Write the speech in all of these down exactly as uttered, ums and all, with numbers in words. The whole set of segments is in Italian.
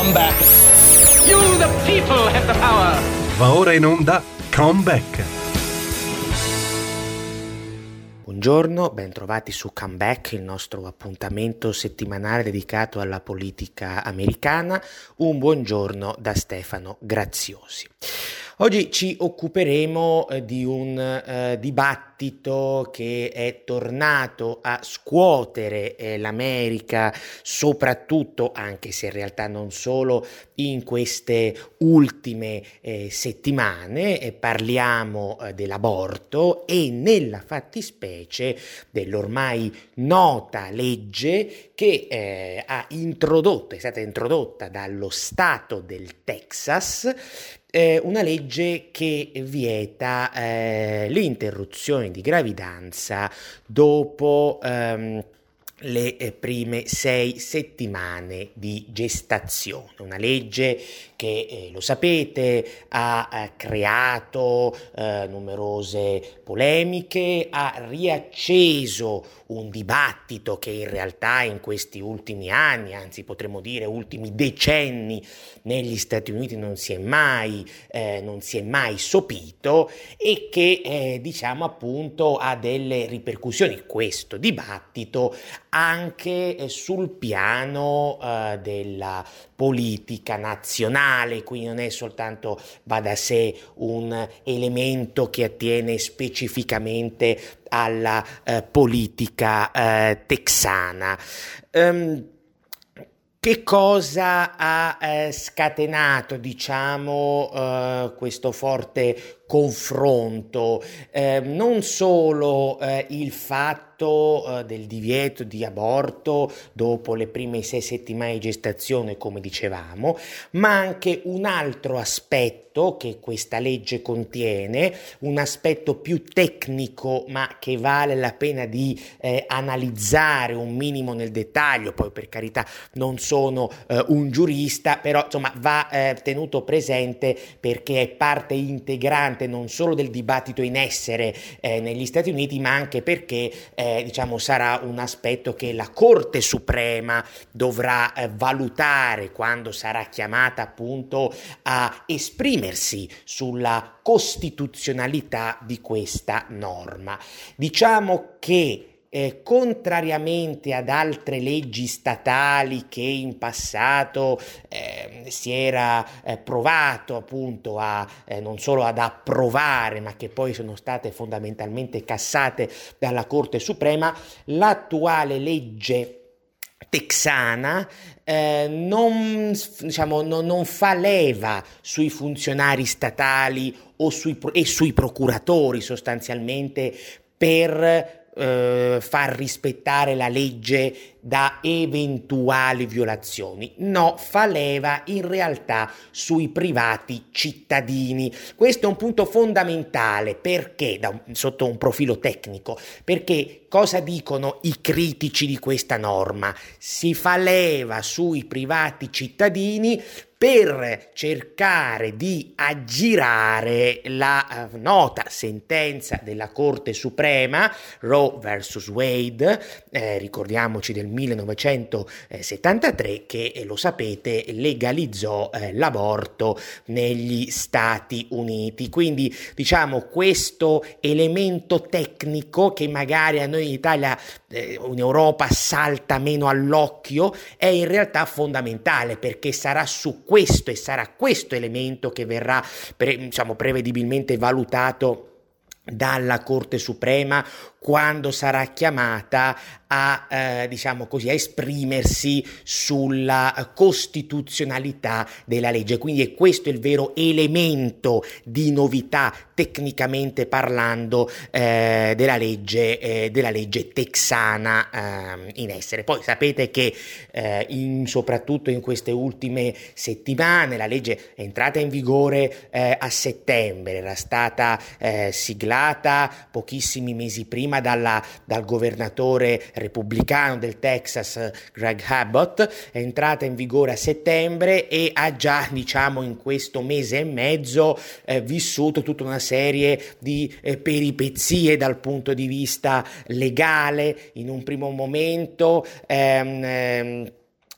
Come back. You the people have the power. Va ora in onda Come Back. Buongiorno, ben trovati su Come Back, il nostro appuntamento settimanale dedicato alla politica americana. Un buongiorno da Stefano Graziosi. Oggi ci occuperemo eh, di un eh, dibattito che è tornato a scuotere eh, l'America, soprattutto, anche se in realtà non solo, in queste ultime eh, settimane. E parliamo eh, dell'aborto e nella fattispecie dell'ormai nota legge che eh, ha introdotto, è stata introdotta dallo stato del Texas, eh, una legge che vieta eh, l'interruzione di gravidanza dopo ehm, le eh, prime sei settimane di gestazione. Una legge che, eh, lo sapete, ha eh, creato eh, numerose polemiche, ha riacceso un dibattito che in realtà in questi ultimi anni, anzi potremmo dire ultimi decenni, negli Stati Uniti non si è mai, eh, non si è mai sopito e che eh, diciamo appunto ha delle ripercussioni, questo dibattito, anche eh, sul piano eh, della politica nazionale. Quindi non è soltanto, va da sé, un elemento che attiene specificamente alla eh, politica eh, texana. Um, Che cosa ha eh, scatenato, diciamo, eh, questo forte confronto? Eh, non solo eh, il fatto eh, del divieto di aborto dopo le prime sei settimane di gestazione, come dicevamo, ma anche un altro aspetto che questa legge contiene, un aspetto più tecnico, ma che vale la pena di eh, analizzare un minimo nel dettaglio. Poi, per carità, non sono eh, un giurista, però insomma va eh, tenuto presente perché è parte integrante non solo del dibattito in essere eh, negli Stati Uniti, ma anche perché eh, diciamo sarà un aspetto che la Corte Suprema dovrà eh, valutare quando sarà chiamata appunto a esprimersi sulla costituzionalità di questa norma. Diciamo che Eh, contrariamente ad altre leggi statali che in passato eh, si era eh, provato appunto a eh, non solo ad approvare, ma che poi sono state fondamentalmente cassate dalla Corte Suprema, l'attuale legge texana eh, non, diciamo, non, non fa leva sui funzionari statali o sui, e sui procuratori sostanzialmente per Eh, far rispettare la legge da eventuali violazioni. No, fa leva in realtà sui privati cittadini. Questo è un punto fondamentale. Perché? Da un, sotto un profilo tecnico. Perché cosa dicono i critici di questa norma? Si fa leva sui privati cittadini per cercare di aggirare la uh, nota sentenza della Corte Suprema, Roe versus Wade, eh, ricordiamoci del millenovecentosettantatré, che eh, lo sapete legalizzò eh, l'aborto negli Stati Uniti. Quindi diciamo questo elemento tecnico che magari a noi in Italia, eh, in Europa salta meno all'occhio, è in realtà fondamentale, perché sarà su questo e sarà questo elemento che verrà pre, diciamo, prevedibilmente valutato dalla Corte Suprema quando sarà chiamata a, eh, diciamo così, a esprimersi sulla costituzionalità della legge. Quindi è questo il vero elemento di novità, tecnicamente parlando, eh, della legge, eh, della legge texana eh, in essere. Poi sapete che eh, in, soprattutto in queste ultime settimane la legge è entrata in vigore eh, a settembre, era stata eh, siglata pochissimi mesi prima Dalla, dal governatore repubblicano del Texas Greg Abbott, è entrata in vigore a settembre e ha già, diciamo, in questo mese e mezzo eh, vissuto tutta una serie di eh, peripezie dal punto di vista legale. In un primo momento ehm, ehm,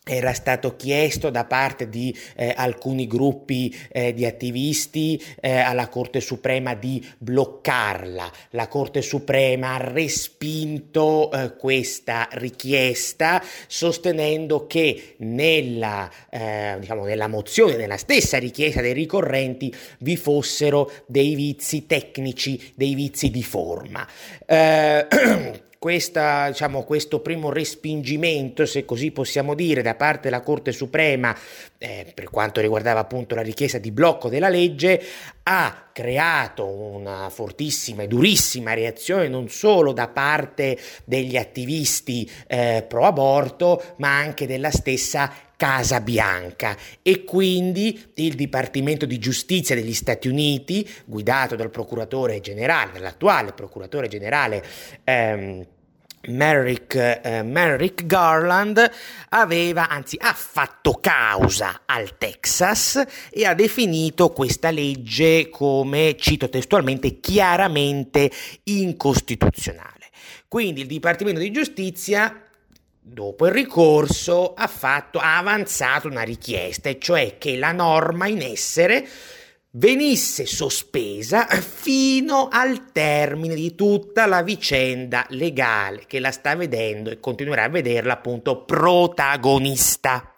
era stato chiesto da parte di eh, alcuni gruppi eh, di attivisti eh, alla Corte Suprema di bloccarla. La Corte Suprema ha respinto eh, questa richiesta, sostenendo che nella, eh, diciamo, nella mozione, nella stessa richiesta dei ricorrenti, vi fossero dei vizi tecnici, dei vizi di forma. Eh, Questa, diciamo, questo primo respingimento, se così possiamo dire, da parte della Corte Suprema eh, per quanto riguardava appunto la richiesta di blocco della legge, ha creato una fortissima e durissima reazione non solo da parte degli attivisti eh, pro aborto, ma anche della stessa Casa Bianca, e quindi il Dipartimento di Giustizia degli Stati Uniti, guidato dal procuratore generale, dall'attuale procuratore generale ehm, Merrick, eh, Merrick Garland, aveva, anzi ha fatto causa al Texas e ha definito questa legge come, cito testualmente, chiaramente incostituzionale. Quindi il Dipartimento di Giustizia, dopo il ricorso, ha fatto, ha avanzato una richiesta, e cioè che la norma in essere venisse sospesa fino al termine di tutta la vicenda legale che la sta vedendo e continuerà a vederla appunto protagonista.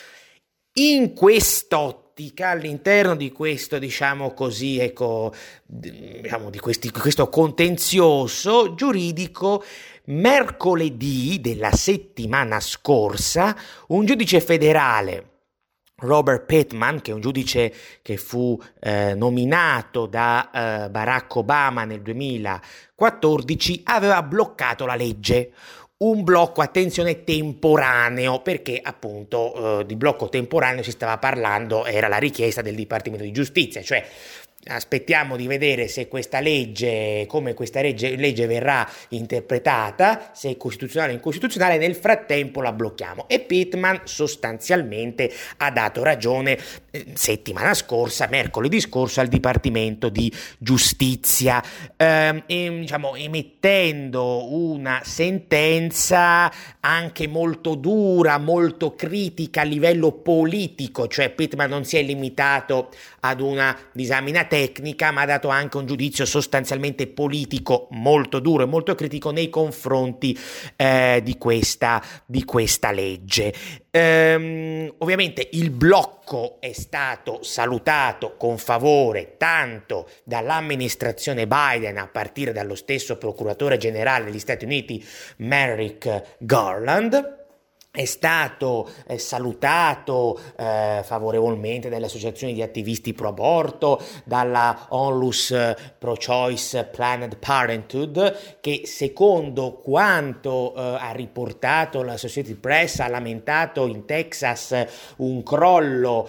In quest'ottica, all'interno di questo, diciamo così, ecco, diciamo di questi, questo contenzioso giuridico, mercoledì della settimana scorsa un giudice federale, Robert Pittman, che è un giudice che fu eh, nominato da eh, Barack Obama nel duemilaquattordici, aveva bloccato la legge. Un blocco, attenzione, temporaneo, perché appunto eh, di blocco temporaneo si stava parlando, era la richiesta del Dipartimento di Giustizia, cioè aspettiamo di vedere se questa legge, come questa legge, legge verrà interpretata, se è costituzionale o incostituzionale, nel frattempo la blocchiamo. E Pittman sostanzialmente ha dato ragione eh, settimana scorsa, mercoledì scorso, al Dipartimento di Giustizia, eh, e, diciamo, emettendo una sentenza anche molto dura, molto critica a livello politico, cioè Pittman non si è limitato ad una disamina tecnica, ma ha dato anche un giudizio sostanzialmente politico molto duro e molto critico nei confronti eh, di questa di questa legge. Ehm, ovviamente il blocco è stato salutato con favore tanto dall'amministrazione Biden, a partire dallo stesso procuratore generale degli Stati Uniti Merrick Garland. È stato eh, salutato eh, favorevolmente dalle associazioni di attivisti pro aborto, dalla Onlus eh, Pro Choice Planned Parenthood, che secondo quanto eh, ha riportato la Associated Press ha lamentato in Texas un crollo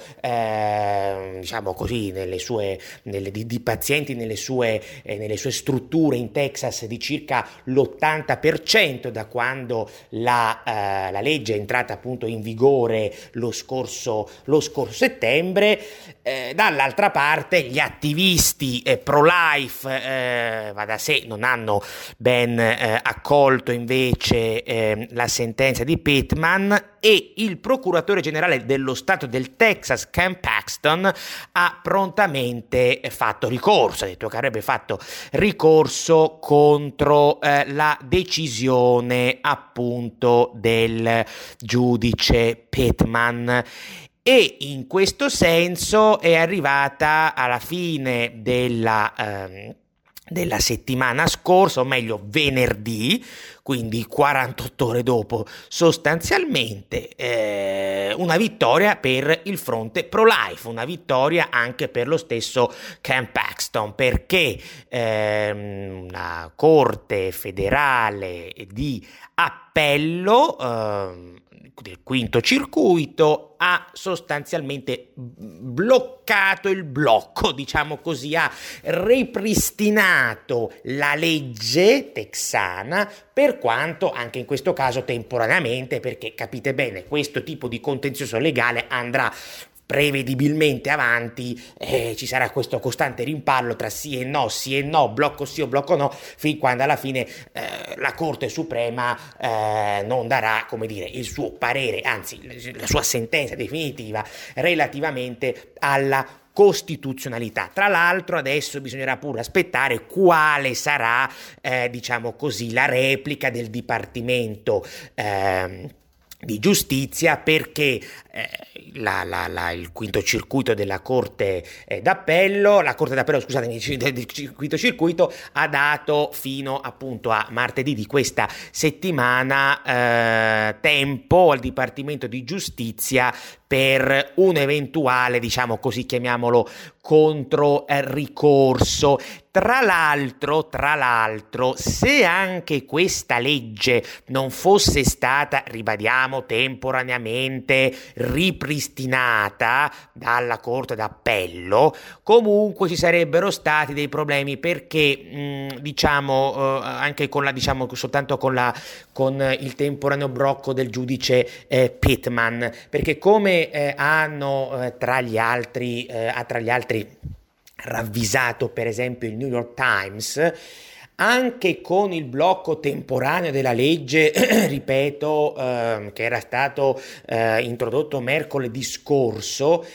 eh, diciamo così nelle sue nelle, di, di pazienti nelle sue, eh, nelle sue strutture in Texas di circa l'ottanta per cento da quando la, eh, la legge è entrata appunto in vigore lo scorso, lo scorso settembre. Eh, dall'altra parte gli attivisti eh, pro-life, eh, va da sé, non hanno ben eh, accolto invece eh, la sentenza di Pittman, e il procuratore generale dello stato del Texas, Ken Paxton, ha prontamente fatto ricorso, ha detto che avrebbe fatto ricorso contro eh, la decisione appunto del giudice Pittman. E in questo senso è arrivata alla fine della, ehm, della settimana scorsa, o meglio venerdì, quindi quarantotto ore dopo, sostanzialmente eh, una vittoria per il fronte pro-life, una vittoria anche per lo stesso Ken Paxton, perché ehm, una corte federale di appello ehm, del quinto circuito ha sostanzialmente bloccato il blocco, diciamo così, ha ripristinato la legge texana, per quanto anche in questo caso temporaneamente, perché capite bene, questo tipo di contenzioso legale andrà prevedibilmente avanti eh, ci sarà questo costante rimpallo tra sì e no, sì e no, blocco sì o blocco no, fin quando alla fine eh, la Corte Suprema eh, non darà, come dire, il suo parere, anzi la sua sentenza definitiva relativamente alla costituzionalità. Tra l'altro adesso bisognerà pure aspettare quale sarà, eh, diciamo così, la replica del Dipartimento eh, di giustizia, perché eh, la, la, la, il quinto circuito della Corte eh, d'Appello, la Corte d'Appello, scusatemi, del quinto circuito ha dato fino appunto a martedì di questa settimana eh, tempo al Dipartimento di Giustizia per un eventuale, diciamo così, chiamiamolo, contro eh, ricorso. Tra l'altro, tra l'altro, se anche questa legge non fosse stata, ribadiamo, temporaneamente ripristinata dalla Corte d'Appello, comunque ci sarebbero stati dei problemi, perché mh, diciamo eh, anche con la diciamo soltanto con la con il temporaneo blocco del giudice eh, Pittman, perché come eh, hanno eh, tra gli altri eh, tra gli altri ravvisato per esempio il New York Times, anche con il blocco temporaneo della legge, ripeto, eh, che era stato eh, introdotto mercoledì scorso,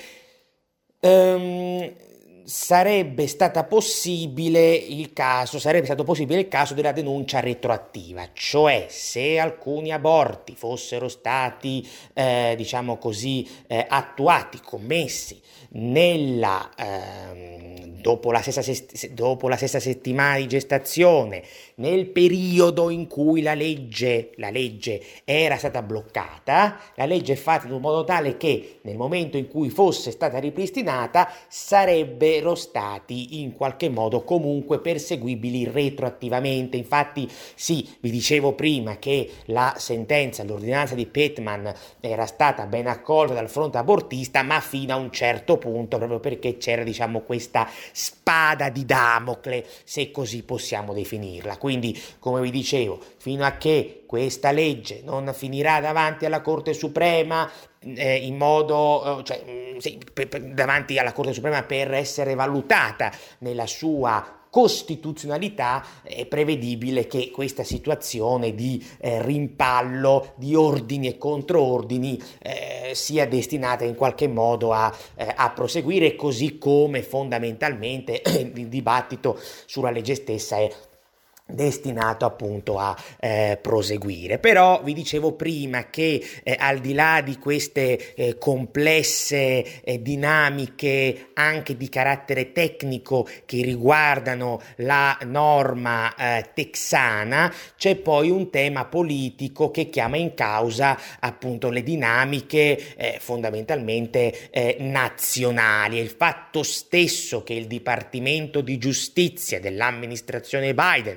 ehm, sarebbe stata possibile il caso, sarebbe stato possibile il caso della denuncia retroattiva, cioè se alcuni aborti fossero stati, eh, diciamo così, eh, attuati, commessi nella ehm, dopo la stessa se- dopo la stessa settimana di gestazione, nel periodo in cui la legge la legge era stata bloccata, la legge è fatta in un modo tale che nel momento in cui fosse stata ripristinata sarebbero stati in qualche modo comunque perseguibili retroattivamente. Infatti sì, vi dicevo prima che la sentenza, l'ordinanza di Pittman era stata ben accolta dal fronte abortista, ma fino a un certo punto, proprio perché c'era, diciamo, questa spada di Damocle, se così possiamo definirla. Quindi, come vi dicevo, fino a che questa legge non finirà davanti alla Corte Suprema eh, in modo, cioè, sì, per, per, davanti alla Corte Suprema per essere valutata nella sua costituzionalità, è prevedibile che questa situazione di eh, rimpallo di ordini e controordini eh, sia destinata in qualche modo a, eh, a proseguire, così come fondamentalmente il dibattito sulla legge stessa è destinato appunto a eh, proseguire. Però vi dicevo prima che eh, al di là di queste eh, complesse eh, dinamiche anche di carattere tecnico che riguardano la norma eh, texana, c'è poi un tema politico che chiama in causa appunto le dinamiche eh, fondamentalmente eh, nazionali, e il fatto stesso che il Dipartimento di Giustizia dell'amministrazione Biden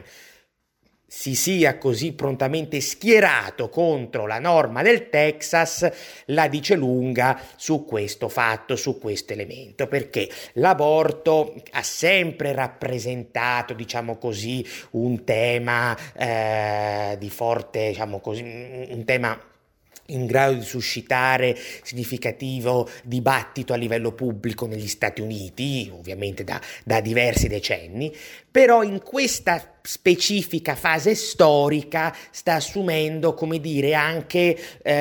si sia così prontamente schierato contro la norma del Texas la dice lunga su questo fatto, su questo elemento, perché l'aborto ha sempre rappresentato, diciamo così, un tema eh, di forte, diciamo così, un tema in grado di suscitare significativo dibattito a livello pubblico negli Stati Uniti, ovviamente da, da diversi decenni, però in questa specifica fase storica sta assumendo, come dire, anche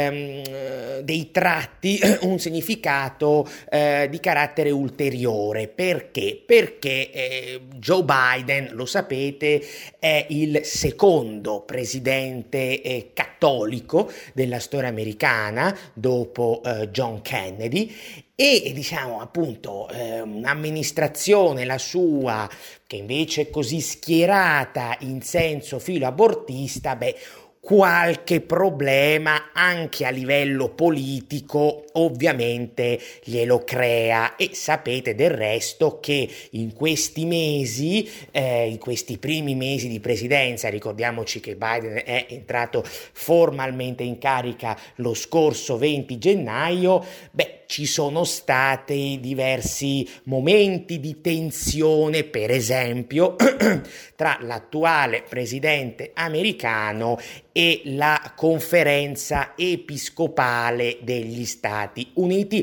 ehm, dei tratti, un significato eh, di carattere ulteriore. Perché? Perché eh, Joe Biden, lo sapete, è il secondo presidente eh, cattolico della storia americana dopo eh, John Kennedy, e diciamo appunto eh, un'amministrazione, la sua, che invece è così schierata in senso filo abortista, beh, qualche problema anche a livello politico ovviamente glielo crea. E sapete del resto che in questi mesi, eh, in questi primi mesi di presidenza, ricordiamoci che Biden è entrato formalmente in carica lo scorso venti gennaio, beh, ci sono stati diversi momenti di tensione, per esempio, tra l'attuale presidente americano e la conferenza episcopale degli Stati Uniti,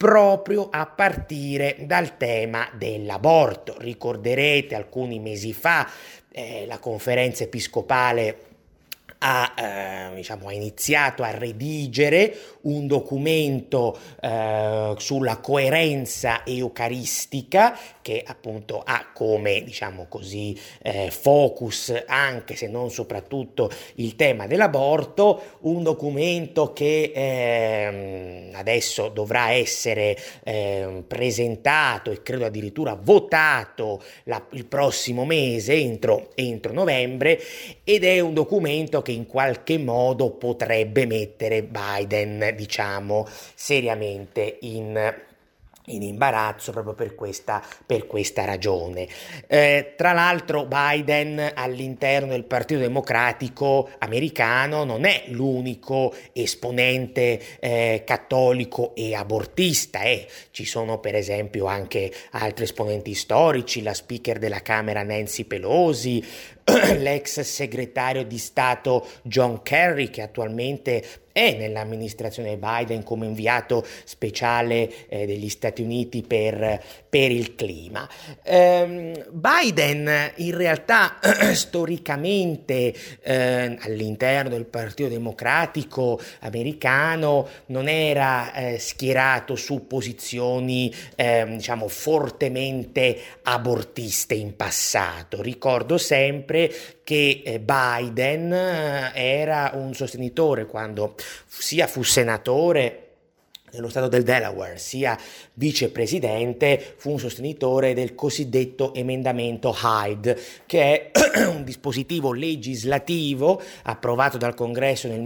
proprio a partire dal tema dell'aborto. Ricorderete alcuni mesi fa eh, la conferenza episcopale ha, eh, diciamo, ha iniziato a redigere un documento eh, sulla coerenza eucaristica che appunto ha come, diciamo così, eh, focus anche se non soprattutto il tema dell'aborto, un documento che eh, adesso dovrà essere eh, presentato e credo addirittura votato la, il prossimo mese, entro, entro novembre, ed è un documento che in qualche modo potrebbe mettere Biden, diciamo, seriamente in in imbarazzo proprio per questa, per questa ragione. Eh, tra l'altro Biden all'interno del Partito Democratico americano non è l'unico esponente eh, cattolico e abortista, eh. Ci sono per esempio anche altri esponenti storici, la speaker della Camera Nancy Pelosi, l'ex segretario di Stato John Kerry, che attualmente è nell'amministrazione Biden come inviato speciale eh, degli Stati Uniti per, per il clima. Um, Biden in realtà storicamente eh, all'interno del Partito Democratico americano non era eh, schierato su posizioni eh, diciamo fortemente abortiste in passato. Ricordo sempre che Biden era un sostenitore, quando sia fu senatore nello stato del Delaware, sia vicepresidente, fu un sostenitore del cosiddetto emendamento Hyde, che è un dispositivo legislativo approvato dal Congresso nel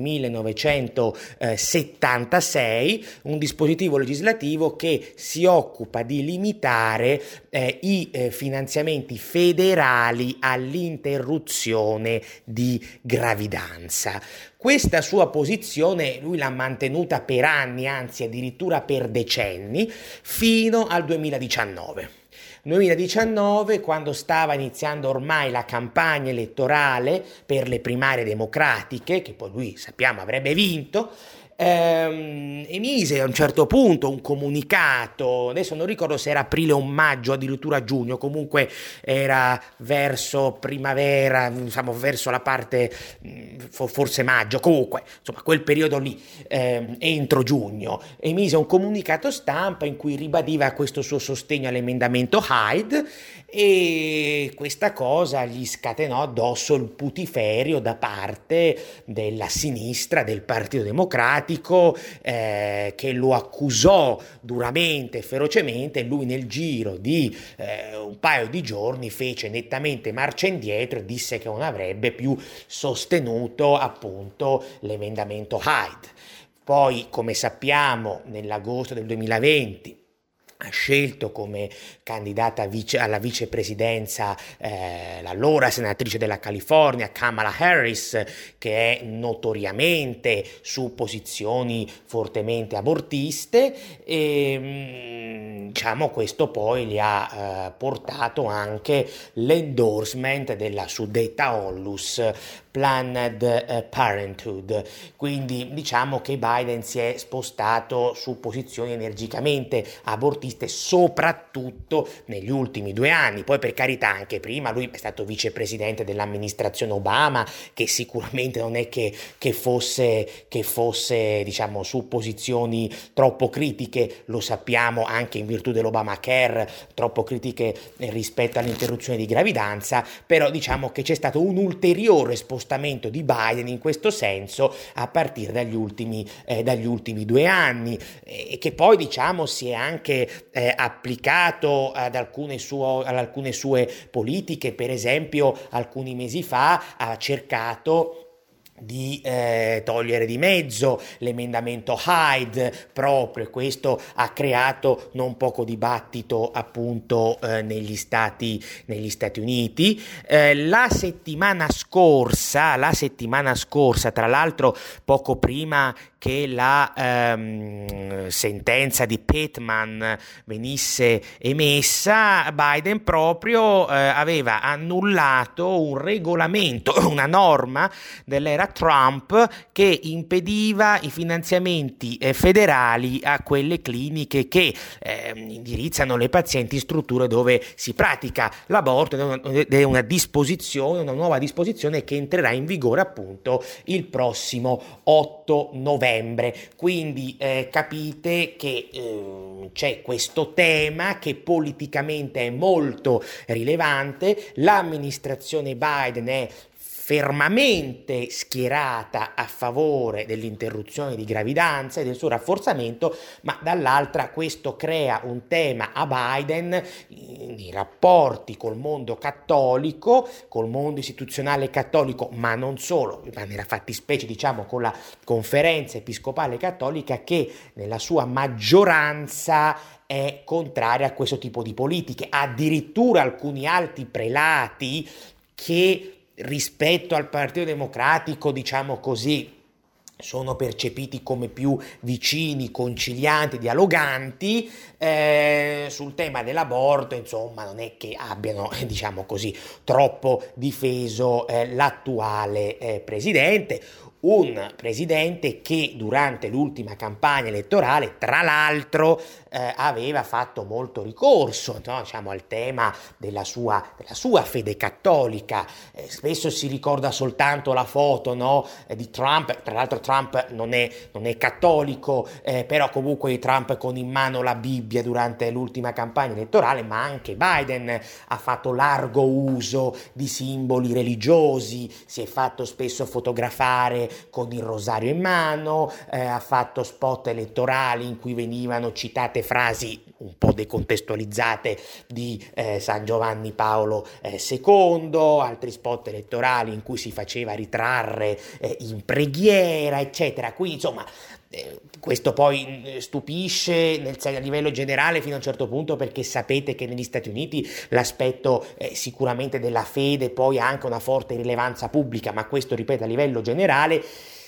millenovecentosettantasei, un dispositivo legislativo che si occupa di limitare eh, i eh, finanziamenti federali all'interruzione di gravidanza. Questa sua posizione lui l'ha mantenuta per anni, anzi addirittura per decenni, fino al duemiladiciannove. duemiladiciannove, quando stava iniziando ormai la campagna elettorale per le primarie democratiche, che poi lui sappiamo avrebbe vinto, ehm, emise a un certo punto un comunicato, adesso non ricordo se era aprile o maggio, addirittura giugno, comunque era verso primavera, diciamo verso la parte forse maggio, comunque insomma quel periodo lì, ehm, entro giugno, emise un comunicato stampa in cui ribadiva questo suo sostegno all'emendamento Hyde, e questa cosa gli scatenò addosso il putiferio da parte della sinistra del Partito Democratico, eh, che lo accusò duramente e ferocemente. Lui nel giro di eh, un paio di giorni fece nettamente marcia indietro e disse che non avrebbe più sostenuto appunto l'emendamento Hyde. Poi, come sappiamo, nell'agosto del duemilaventi ha scelto come candidata vice, alla vicepresidenza eh, l'allora senatrice della California Kamala Harris, che è notoriamente su posizioni fortemente abortiste, e diciamo questo poi gli ha eh, portato anche l'endorsement della suddetta Onlus, Planned Parenthood. Quindi diciamo che Biden si è spostato su posizioni energicamente abortiste, soprattutto negli ultimi due anni. Poi, per carità, anche prima lui è stato vicepresidente dell'amministrazione Obama, che sicuramente non è che, che fosse che fosse diciamo su posizioni troppo critiche, lo sappiamo, anche in virtù dell'Obamacare, troppo critiche rispetto all'interruzione di gravidanza. Però diciamo che c'è stato un ulteriore spostamento di Biden in questo senso a partire dagli ultimi, eh, dagli ultimi due anni, e eh, che poi diciamo si è anche eh, applicato ad alcune, suo, ad alcune sue politiche. Per esempio, alcuni mesi fa ha cercato di eh, togliere di mezzo l'emendamento Hyde proprio, e questo ha creato non poco dibattito appunto eh, negli Stati negli Stati Uniti. Eh, la settimana scorsa la settimana scorsa tra l'altro poco prima che che la ehm, sentenza di Pittman venisse emessa, Biden proprio eh, aveva annullato un regolamento, una norma dell'era Trump che impediva i finanziamenti eh, federali a quelle cliniche che eh, indirizzano le pazienti in strutture dove si pratica l'aborto, ed è una disposizione, una nuova disposizione che entrerà in vigore appunto il prossimo otto novembre. Quindi eh, capite che eh, c'è questo tema che politicamente è molto rilevante. L'amministrazione Biden è fermamente schierata a favore dell'interruzione di gravidanza e del suo rafforzamento, ma dall'altra questo crea un tema a Biden i rapporti col mondo cattolico, col mondo istituzionale cattolico, ma non solo, ma nella fattispecie diciamo con la Conferenza Episcopale Cattolica, che nella sua maggioranza è contraria a questo tipo di politiche. Addirittura alcuni alti prelati che rispetto al Partito Democratico, diciamo così, sono percepiti come più vicini, concilianti, dialoganti, eh, sul tema dell'aborto, insomma, non è che abbiano, diciamo così, troppo difeso eh, l'attuale eh, presidente. Un presidente che durante l'ultima campagna elettorale, tra l'altro, eh, aveva fatto molto ricorso, no? diciamo, al tema della sua, della sua fede cattolica. Eh, spesso si ricorda soltanto la foto, no? eh, di Trump, tra l'altro Trump non è, non è cattolico, eh, però comunque di Trump con in mano la Bibbia durante l'ultima campagna elettorale, ma anche Biden ha fatto largo uso di simboli religiosi, si è fatto spesso fotografare con il rosario in mano, eh, ha fatto spot elettorali in cui venivano citate frasi un po' decontestualizzate di eh, San Giovanni Paolo eh, secondo, altri spot elettorali in cui si faceva ritrarre eh, in preghiera, eccetera. Quindi insomma eh, questo poi stupisce nel, a livello generale fino a un certo punto, perché sapete che negli Stati Uniti l'aspetto eh, sicuramente della fede poi ha anche una forte rilevanza pubblica, ma questo ripeto a livello generale.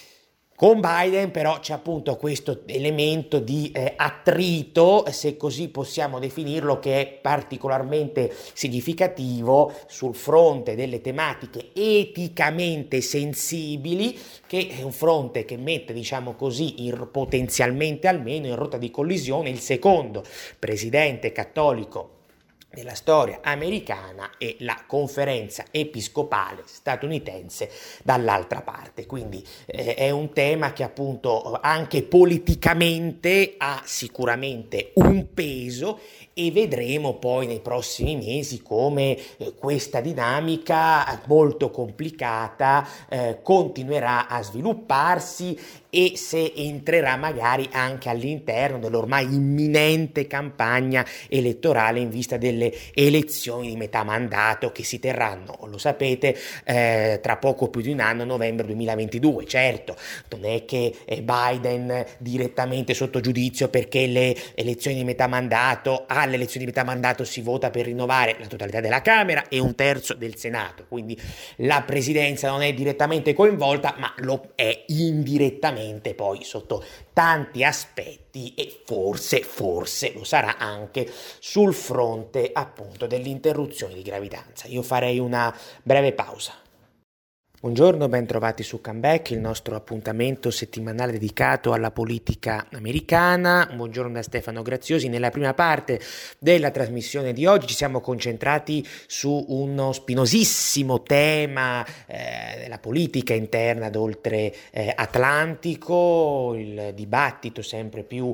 Con Biden però c'è appunto questo elemento di eh, attrito, se così possiamo definirlo, che è particolarmente significativo sul fronte delle tematiche eticamente sensibili, che è un fronte che mette, diciamo così, in, potenzialmente almeno in rotta di collisione il secondo presidente cattolico della storia americana e la Conferenza Episcopale statunitense dall'altra parte. Quindi eh, è un tema che appunto anche politicamente ha sicuramente un peso, e vedremo poi nei prossimi mesi come eh, questa dinamica molto complicata eh, continuerà a svilupparsi, e se entrerà magari anche all'interno dell'ormai imminente campagna elettorale in vista delle elezioni di metà mandato che si terranno, lo sapete, eh, tra poco più di un anno, novembre duemilaventidue. Certo, non è che eh, Biden direttamente sotto giudizio, perché le elezioni di metà mandato, alle elezioni di metà mandato si vota per rinnovare la totalità della Camera e un terzo del Senato, quindi la presidenza non è direttamente coinvolta, ma lo è indirettamente poi sotto tanti aspetti, e forse, forse lo sarà anche sul fronte appunto dell'interruzione di gravidanza. Io farei una breve pausa. Buongiorno, ben trovati su Comeback, il nostro appuntamento settimanale dedicato alla politica americana. Buongiorno da Stefano Graziosi. Nella prima parte della trasmissione di oggi ci siamo concentrati su uno spinosissimo tema eh, della politica interna ad oltre eh, Atlantico, il dibattito sempre più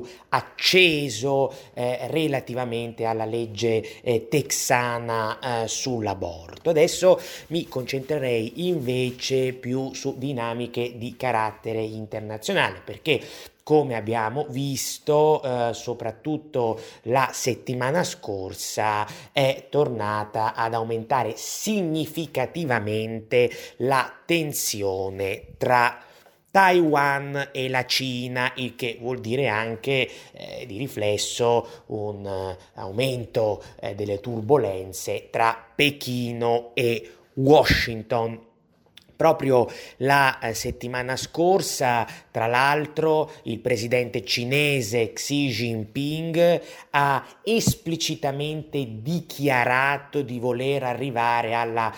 acceso eh, relativamente alla legge eh, texana eh, sull'aborto. Adesso mi concentrerei invece più su dinamiche di carattere internazionale, perché come abbiamo visto eh, soprattutto la settimana scorsa è tornata ad aumentare significativamente la tensione tra Taiwan e la Cina, il che vuol dire anche eh, di riflesso un uh, aumento eh, delle turbolenze tra Pechino e Washington. Proprio la eh, settimana scorsa, tra l'altro, il presidente cinese Xi Jinping ha esplicitamente dichiarato di voler arrivare alla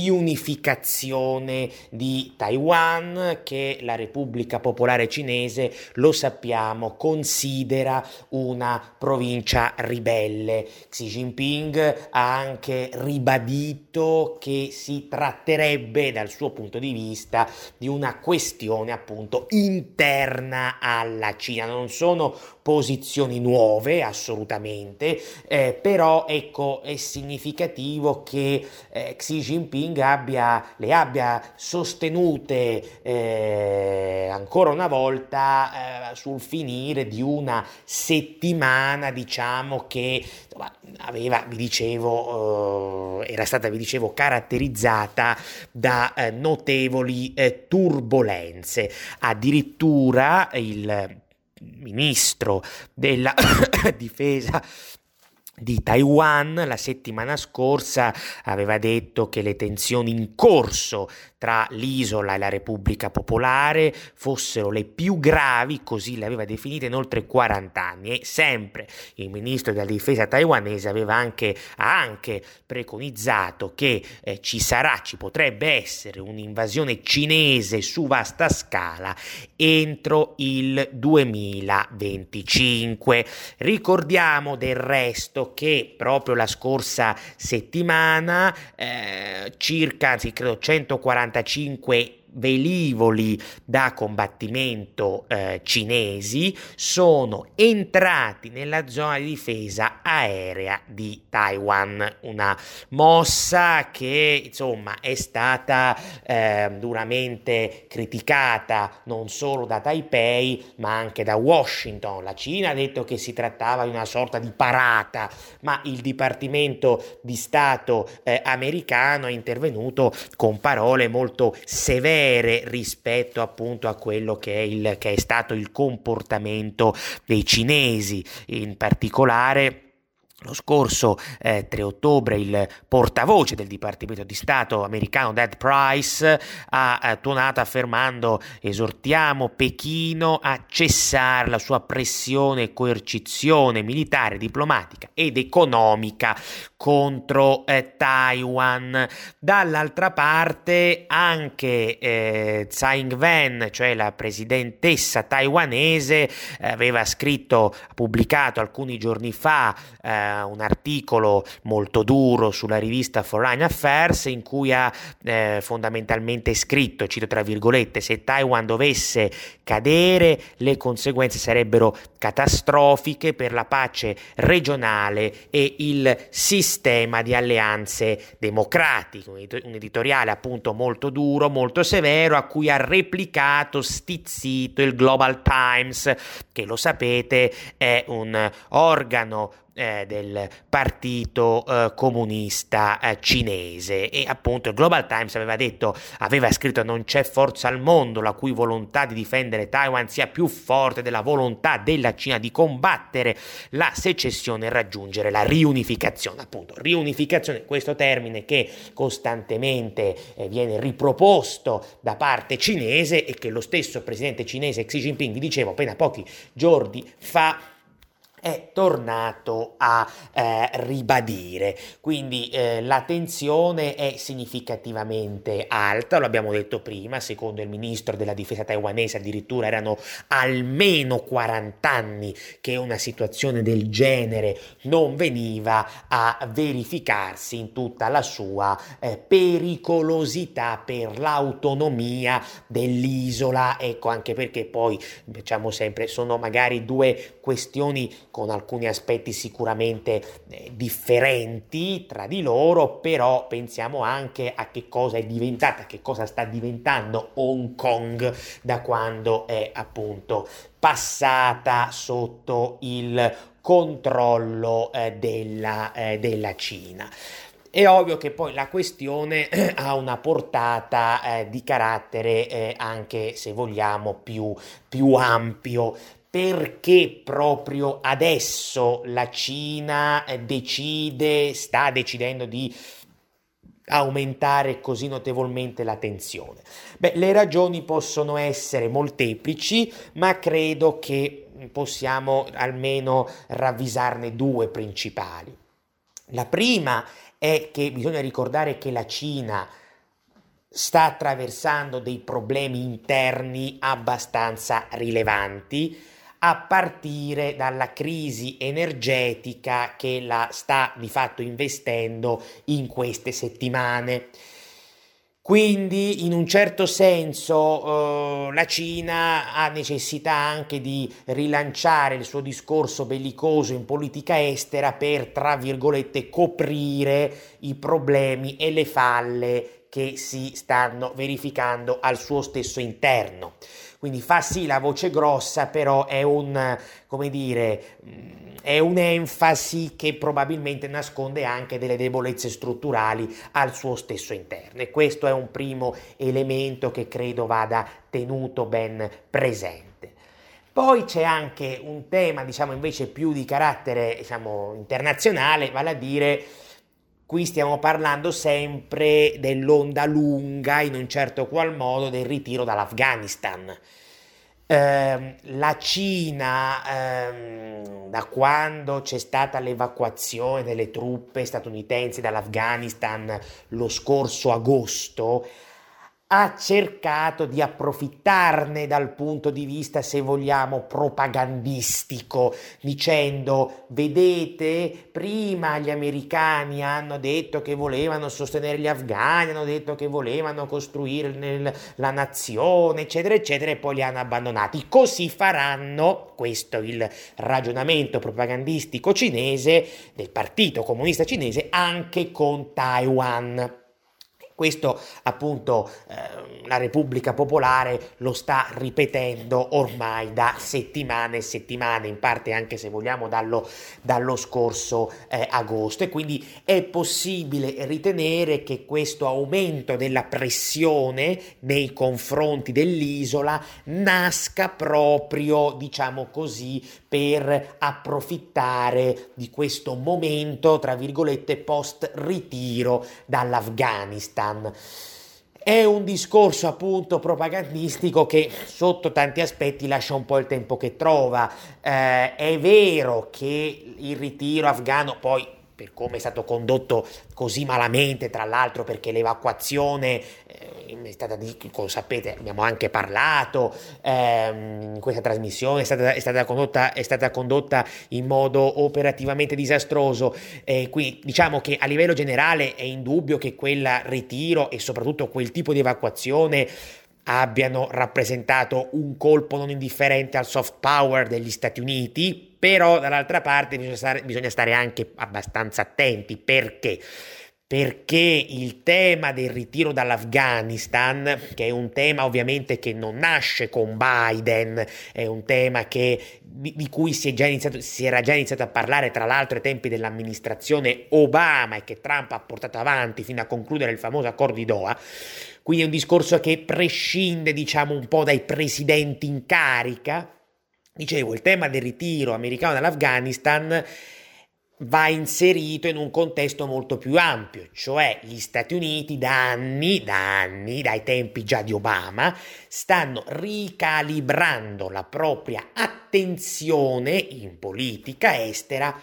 riunificazione di Taiwan, che la Repubblica Popolare Cinese, lo sappiamo, considera una provincia ribelle. Xi Jinping ha anche ribadito che si tratterebbe, dal suo punto di vista, di una questione appunto interna alla Cina. Non sono posizioni nuove assolutamente, eh, però ecco, è significativo che eh, Xi Jinping abbia, le abbia sostenute eh, ancora una volta eh, sul finire di una settimana, diciamo, che insomma, aveva, vi dicevo, eh, era stata, vi dicevo, caratterizzata da eh, notevoli eh, turbolenze. Addirittura il ministro della difesa di Taiwan la settimana scorsa aveva detto che le tensioni in corso tra l'isola e la Repubblica Popolare fossero le più gravi, così le aveva definite, in oltre quaranta anni. E sempre il ministro della difesa taiwanese aveva anche, ha anche preconizzato che eh, ci sarà, ci potrebbe essere un'invasione cinese su vasta scala entro il duemilaventicinque. Ricordiamo del resto che proprio la scorsa settimana eh, circa, anzi credo centoquarantacinque velivoli da combattimento eh, cinesi sono entrati nella zona di difesa aerea di Taiwan, una mossa che insomma è stata eh, duramente criticata non solo da Taipei ma anche da Washington. La Cina ha detto che si trattava di una sorta di parata, ma il Dipartimento di Stato eh, americano è intervenuto con parole molto severe rispetto appunto a quello che è, il, che è stato il comportamento dei cinesi. In particolare lo scorso eh, tre ottobre il portavoce del Dipartimento di Stato americano Ned Price ha eh, tuonato affermando: esortiamo Pechino a cessare la sua pressione e coercizione militare, diplomatica ed economica contro eh, Taiwan. Dall'altra parte anche eh, Tsai Ing-wen, cioè la presidentessa taiwanese, eh, aveva scritto, ha pubblicato alcuni giorni fa eh, un articolo molto duro sulla rivista Foreign Affairs in cui ha eh, fondamentalmente scritto, cito tra virgolette: se Taiwan dovesse cadere le conseguenze sarebbero catastrofiche per la pace regionale e il sistema di alleanze democratiche. Un editoriale appunto molto duro, molto severo, a cui ha replicato stizzito il Global Times, che lo sapete è un organo Eh, del partito eh, comunista eh, cinese. E appunto il Global Times aveva detto, aveva scritto: non c'è forza al mondo la cui volontà di difendere Taiwan sia più forte della volontà della Cina di combattere la secessione e raggiungere la riunificazione. Appunto, riunificazione, questo termine che costantemente eh, viene riproposto da parte cinese e che lo stesso presidente cinese Xi Jinping, vi dicevo appena pochi giorni fa, è tornato a eh, ribadire. Quindi eh, la tensione è significativamente alta, lo abbiamo detto prima, secondo il ministro della difesa taiwanese addirittura erano almeno quaranta anni che una situazione del genere non veniva a verificarsi in tutta la sua eh, pericolosità per l'autonomia dell'isola. Ecco, anche perché poi, diciamo sempre, sono magari due questioni con alcuni aspetti sicuramente eh, differenti tra di loro, però pensiamo anche a che cosa è diventata, che cosa sta diventando Hong Kong da quando è appunto passata sotto il controllo eh, della, eh, della Cina. È ovvio che poi la questione ha una portata eh, di carattere eh, anche, se vogliamo, più, più ampio. Perché proprio adesso la Cina decide, sta decidendo di aumentare così notevolmente la tensione? Beh, le ragioni possono essere molteplici, ma credo che possiamo almeno ravvisarne due principali. La prima è che bisogna ricordare che la Cina sta attraversando dei problemi interni abbastanza rilevanti, a partire dalla crisi energetica che la sta di fatto investendo in queste settimane. Quindi in un certo senso eh, la Cina ha necessità anche di rilanciare il suo discorso bellicoso in politica estera per, tra virgolette, coprire i problemi e le falle che si stanno verificando al suo stesso interno. Quindi fa sì la voce grossa, però è un, come dire, è un'enfasi che probabilmente nasconde anche delle debolezze strutturali al suo stesso interno, e questo è un primo elemento che credo vada tenuto ben presente. Poi c'è anche un tema, diciamo, invece più di carattere, diciamo, internazionale, vale a dire, qui stiamo parlando sempre dell'onda lunga, in un certo qual modo, del ritiro dall'Afghanistan. Eh, la Cina, ehm, da quando c'è stata l'evacuazione delle truppe statunitensi dall'Afghanistan lo scorso agosto, ha cercato di approfittarne dal punto di vista, se vogliamo, propagandistico, dicendo: vedete, prima gli americani hanno detto che volevano sostenere gli afghani, hanno detto che volevano costruire nel, la nazione, eccetera, eccetera, e poi li hanno abbandonati. Così faranno, questo è il ragionamento propagandistico cinese, del Partito Comunista Cinese, anche con Taiwan. Questo appunto eh, la Repubblica Popolare lo sta ripetendo ormai da settimane e settimane, in parte anche, se vogliamo, dallo, dallo scorso eh, agosto, e quindi è possibile ritenere che questo aumento della pressione nei confronti dell'isola nasca proprio, diciamo così, per approfittare di questo momento, tra virgolette, post ritiro dall'Afghanistan. È un discorso appunto propagandistico che sotto tanti aspetti lascia un po' il tempo che trova. Eh, è vero che il ritiro afghano, poi, per come è stato condotto così malamente, tra l'altro, perché l'evacuazione eh, è stata, come sapete, abbiamo anche parlato ehm, in questa trasmissione, è stata, è stata condotta è stata condotta in modo operativamente disastroso. Eh, qui diciamo che a livello generale è indubbio che quel ritiro e soprattutto quel tipo di evacuazione abbiano rappresentato un colpo non indifferente al soft power degli Stati Uniti, però dall'altra parte bisogna stare, bisogna stare anche abbastanza attenti. Perché? Perché il tema del ritiro dall'Afghanistan, che è un tema ovviamente che non nasce con Biden, è un tema che, di, di cui si, è già iniziato, si era già iniziato a parlare tra l'altro ai tempi dell'amministrazione Obama, e che Trump ha portato avanti fino a concludere il famoso accordo di Doha. Quindi è un discorso che prescinde, diciamo, un po' dai presidenti in carica. Dicevo, il tema del ritiro americano dall'Afghanistan va inserito in un contesto molto più ampio, cioè gli Stati Uniti da anni, da anni, dai tempi già di Obama, stanno ricalibrando la propria attenzione in politica estera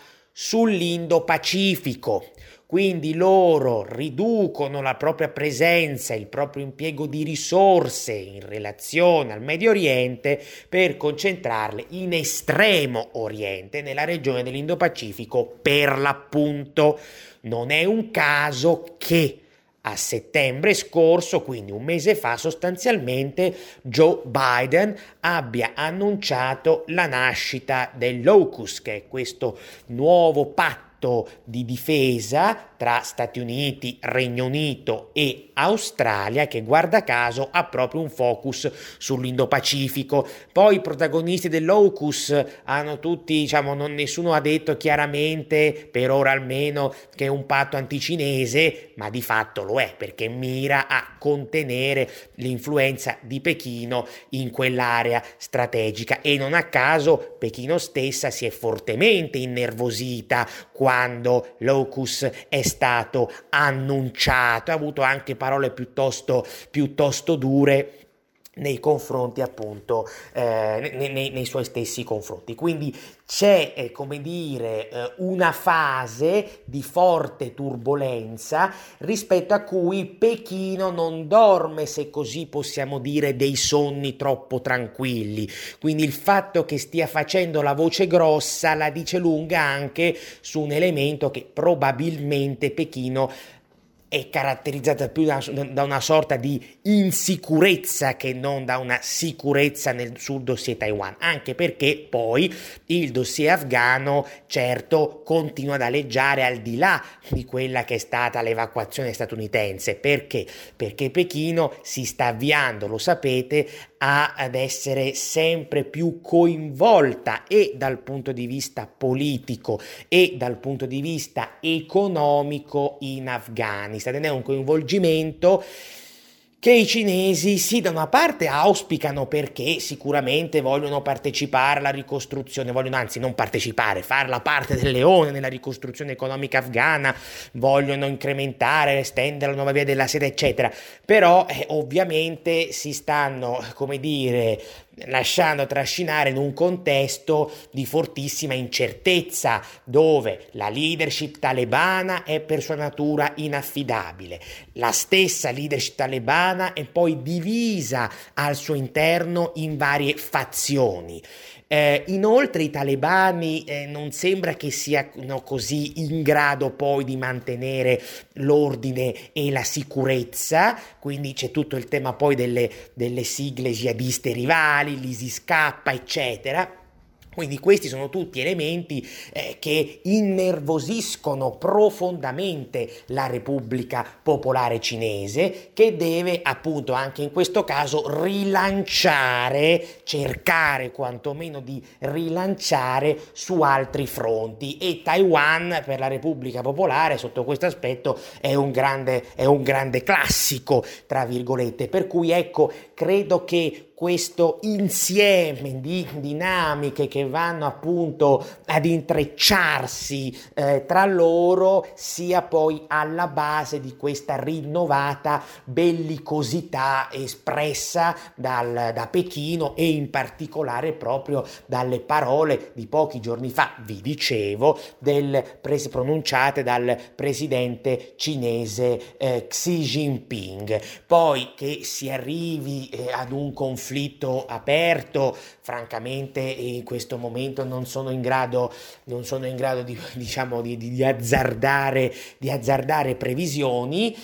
sull'Indo-Pacifico. Quindi loro riducono la propria presenza, il proprio impiego di risorse in relazione al Medio Oriente per concentrarle in Estremo Oriente, nella regione dell'Indo-Pacifico per l'appunto. Non è un caso che a settembre scorso, quindi un mese fa sostanzialmente, Joe Biden abbia annunciato la nascita dell'AUKUS, che è questo nuovo patto di difesa tra Stati Uniti, Regno Unito e Australia, che guarda caso ha proprio un focus sull'Indo-Pacifico. Poi i protagonisti dell'AUKUS hanno tutti, diciamo, non, nessuno ha detto chiaramente, per ora almeno, che è un patto anticinese, ma di fatto lo è, perché mira a contenere l'influenza di Pechino in quell'area strategica, e non a caso Pechino stessa si è fortemente innervosita quando quando l'AUKUS è stato annunciato, ha avuto anche parole piuttosto, piuttosto dure nei confronti appunto eh, nei, nei, nei suoi stessi confronti. Quindi c'è eh, come dire eh, una fase di forte turbolenza rispetto a cui Pechino non dorme, se così possiamo dire, dei sonni troppo tranquilli. Quindi il fatto che stia facendo la voce grossa la dice lunga anche su un elemento che probabilmente Pechino è caratterizzata più da, da una sorta di insicurezza che non da una sicurezza nel, sul dossier Taiwan, anche perché poi il dossier afghano certo continua ad aleggiare al di là di quella che è stata l'evacuazione statunitense. Perché? Perché Pechino si sta avviando, lo sapete, a, ad essere sempre più coinvolta e dal punto di vista politico e dal punto di vista economico in Afghanistan. Ed è un coinvolgimento che i cinesi sì da una parte auspicano perché sicuramente vogliono partecipare alla ricostruzione, vogliono anzi non partecipare, fare la parte del leone nella ricostruzione economica afghana, vogliono incrementare, estendere la nuova via della seta eccetera, però eh, ovviamente si stanno, come dire, lasciando trascinare in un contesto di fortissima incertezza dove la leadership talebana è per sua natura inaffidabile, la stessa leadership talebana è poi divisa al suo interno in varie fazioni. Eh, inoltre i talebani eh, non sembra che siano così in grado poi di mantenere l'ordine e la sicurezza, quindi c'è tutto il tema poi delle, delle sigle jihadiste rivali, l'ISIS-K eccetera. Quindi questi sono tutti elementi eh, che innervosiscono profondamente la Repubblica Popolare Cinese, che deve appunto anche in questo caso rilanciare, cercare quantomeno di rilanciare su altri fronti, e Taiwan per la Repubblica Popolare sotto questo aspetto è un grande, è un grande classico, tra virgolette, per cui ecco, credo che questo insieme di dinamiche che vanno appunto ad intrecciarsi eh, tra loro sia poi alla base di questa rinnovata bellicosità espressa dal, da Pechino, e in particolare proprio dalle parole di pochi giorni fa, vi dicevo, del pres- pronunciate dal presidente cinese eh, Xi Jinping. Poi che si arrivi eh, ad un conflitto aperto, francamente in questo momento non sono in grado non sono in grado di diciamo di, di azzardare di azzardare previsioni,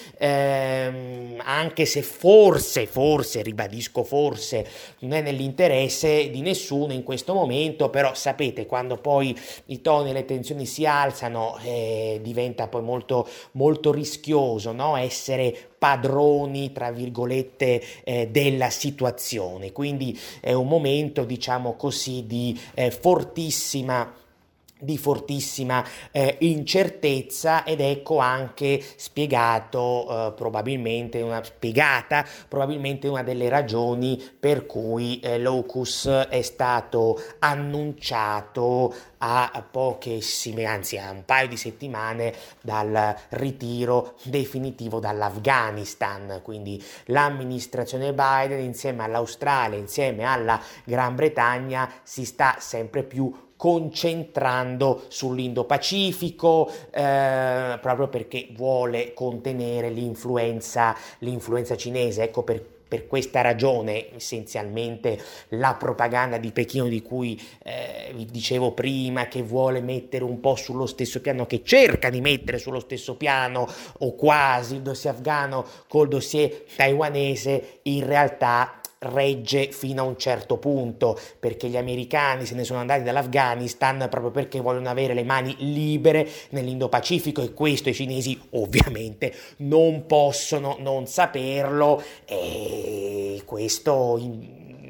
ehm, anche se forse forse ribadisco forse non è nell'interesse di nessuno in questo momento, però sapete, quando poi i toni e le tensioni si alzano eh, diventa poi molto molto rischioso, no? Essere padroni tra virgolette eh, della situazione. Quindi è un momento, diciamo così, di eh, fortissima di fortissima eh, incertezza, ed ecco anche spiegato eh, probabilmente una spiegata probabilmente una delle ragioni per cui eh, l'AUKUS è stato annunciato a pochissime, anzi a un paio di settimane dal ritiro definitivo dall'Afghanistan. Quindi l'amministrazione Biden insieme all'Australia, insieme alla Gran Bretagna, si sta sempre più concentrando sull'Indo-Pacifico eh, proprio perché vuole contenere l'influenza, l'influenza cinese. Ecco per Per questa ragione essenzialmente la propaganda di Pechino, di cui eh, vi dicevo prima, che vuole mettere un po' sullo stesso piano, che cerca di mettere sullo stesso piano o quasi il dossier afghano col dossier taiwanese, in realtà regge fino a un certo punto, perché gli americani se ne sono andati dall'Afghanistan proprio perché vogliono avere le mani libere nell'Indo-Pacifico, e questo i cinesi ovviamente non possono non saperlo, e questo in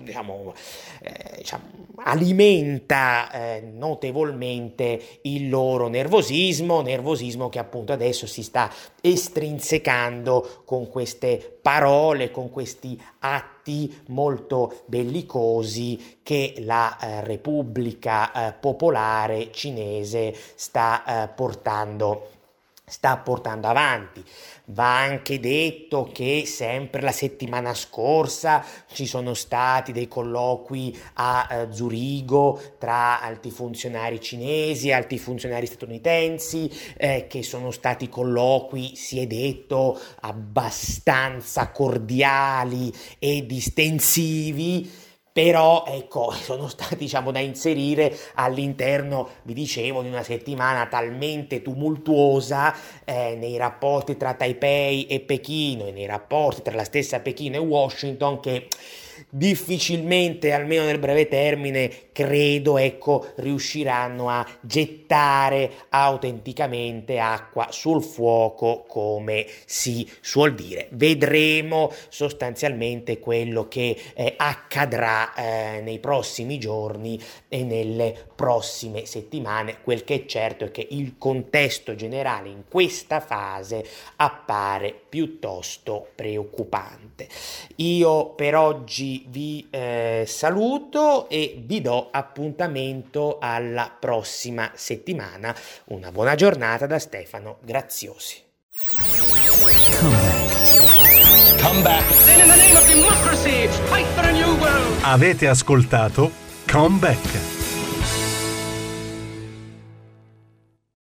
diciamo, eh, diciamo, alimenta eh, notevolmente il loro nervosismo, nervosismo che appunto adesso si sta estrinsecando con queste parole, con questi atti molto bellicosi che la eh, Repubblica eh, Popolare Cinese sta eh, portando sta portando avanti. Va anche detto che sempre la settimana scorsa ci sono stati dei colloqui a eh, Zurigo tra alti funzionari cinesi e alti funzionari statunitensi, eh, che sono stati colloqui, si è detto, abbastanza cordiali e distensivi. Però ecco, sono stati, diciamo, da inserire all'interno, vi dicevo, di una settimana talmente tumultuosa eh, nei rapporti tra Taipei e Pechino e nei rapporti tra la stessa Pechino e Washington, che difficilmente, almeno nel breve termine, credo, ecco, riusciranno a gettare autenticamente acqua sul fuoco, come si suol dire. Vedremo sostanzialmente quello che eh, accadrà eh, nei prossimi giorni e nelle prossime settimane. Quel che è certo è che il contesto generale in questa fase appare piuttosto preoccupante. Io per oggi vi eh, saluto e vi do appuntamento alla prossima settimana. Una buona giornata da Stefano Graziosi. Come back. Come back. Then in the name of democracy, fight for a new world. Avete ascoltato Come Back.